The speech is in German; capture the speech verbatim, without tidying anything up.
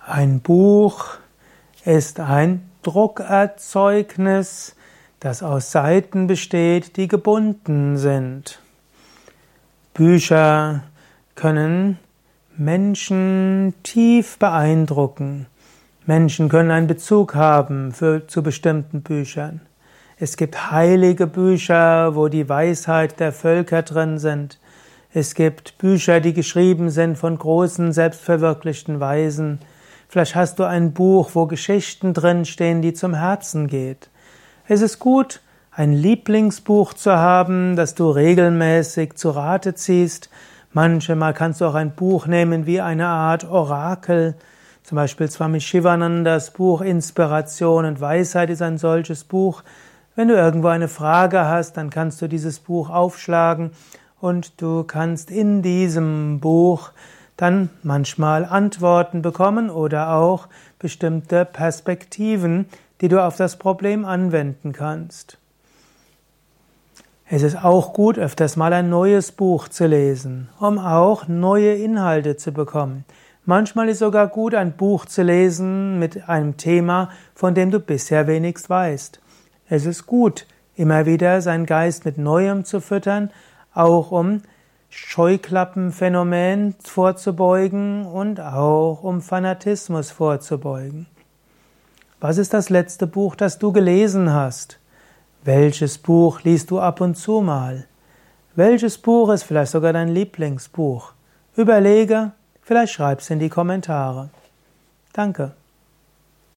Ein Buch ist ein Druckerzeugnis, das aus Seiten besteht, die gebunden sind. Bücher können Menschen tief beeindrucken. Menschen können einen Bezug haben für, zu bestimmten Büchern. Es gibt heilige Bücher, wo die Weisheit der Völker drin sind. Es gibt Bücher, die geschrieben sind von großen, selbstverwirklichten Weisen. Vielleicht hast du ein Buch, wo Geschichten drinstehen, die zum Herzen geht. Es ist gut, ein Lieblingsbuch zu haben, das du regelmäßig zu Rate ziehst. Manchmal kannst du auch ein Buch nehmen wie eine Art Orakel. Zum Beispiel Swami Shivanandas Buch Inspiration und Weisheit ist ein solches Buch. Wenn du irgendwo eine Frage hast, dann kannst du dieses Buch aufschlagen und du kannst in diesem Buch dann manchmal Antworten bekommen oder auch bestimmte Perspektiven, die du auf das Problem anwenden kannst. Es ist auch gut, öfters mal ein neues Buch zu lesen, um auch neue Inhalte zu bekommen. Manchmal ist es sogar gut, ein Buch zu lesen mit einem Thema, von dem du bisher wenigst weißt. Es ist gut, immer wieder seinen Geist mit Neuem zu füttern, auch um Scheuklappenphänomen vorzubeugen und auch um Fanatismus vorzubeugen. Was ist das letzte Buch, das du gelesen hast? Welches Buch liest du ab und zu mal? Welches Buch ist vielleicht sogar dein Lieblingsbuch? Überlege, vielleicht schreib's in die Kommentare. Danke.